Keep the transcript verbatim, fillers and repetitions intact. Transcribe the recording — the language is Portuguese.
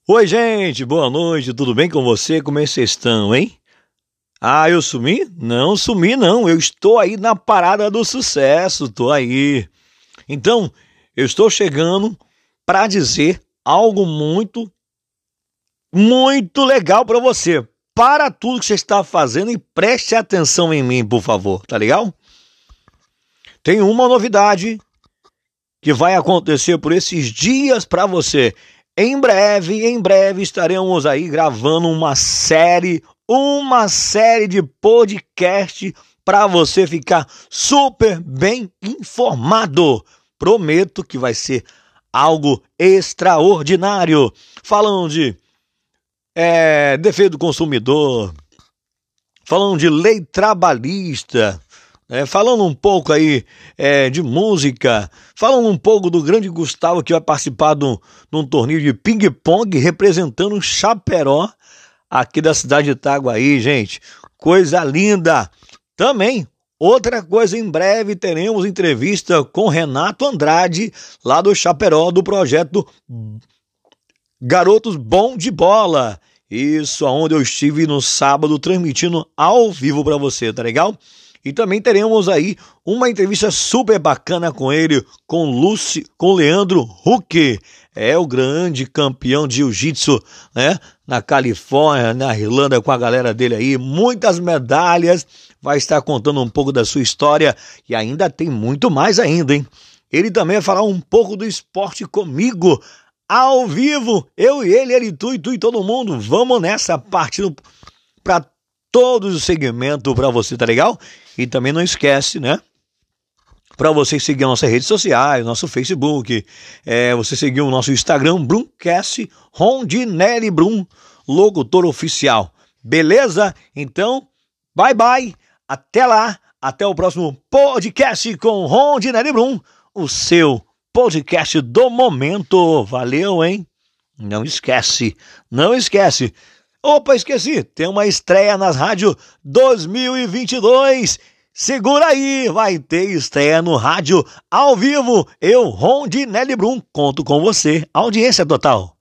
Oi, gente, boa noite, tudo bem com você? Como é que vocês estão, hein? Ah, eu sumi? Não sumi, não, eu estou aí na parada do sucesso, tô aí. Então, eu estou chegando para dizer algo muito, muito legal para você. Para tudo que você está fazendo e preste atenção em mim, por favor, tá legal? Tem uma novidade que vai acontecer por esses dias para você. Em breve, em breve estaremos aí gravando uma série, uma série de podcast para você ficar super bem informado. Prometo que vai ser algo extraordinário. Falando de é, defesa do consumidor, falando de lei trabalhista, É, falando um pouco aí é, de música, falando um pouco do grande Gustavo que vai participar de um torneio de ping-pong representando o Chaperó aqui da cidade de Itaguaí, gente. Coisa linda! Também, outra coisa, em breve teremos entrevista com Renato Andrade, lá do Chaperó, do projeto Garotos Bom de Bola. Isso, aonde eu estive no sábado transmitindo ao vivo para você, tá legal? E também teremos aí uma entrevista super bacana com ele, com Lucy, com Leandro Huck, é o grande campeão de jiu-jitsu, né? Na Califórnia, na Irlanda, com a galera dele aí, muitas medalhas, vai estar contando um pouco da sua história e ainda tem muito mais ainda, hein? Ele também vai falar um pouco do esporte comigo, ao vivo, eu e ele, ele, e tu e tu e todo mundo, vamos nessa partindo para todos os segmentos para você, tá legal? E também não esquece, né? Para você seguir as nossas redes sociais, nosso Facebook, é, você seguir o nosso Instagram, Brumcast, Rondinelli Brum, locutor oficial. Beleza? Então, bye bye, até lá, até o próximo podcast com Rondinelli Brum, o seu podcast do momento. Valeu, hein? Não esquece, não esquece. Opa, esqueci, tem uma estreia nas rádios dois mil e vinte e dois, segura aí, vai ter estreia no rádio ao vivo, eu, Rondinelli Brum, conto com você, audiência total.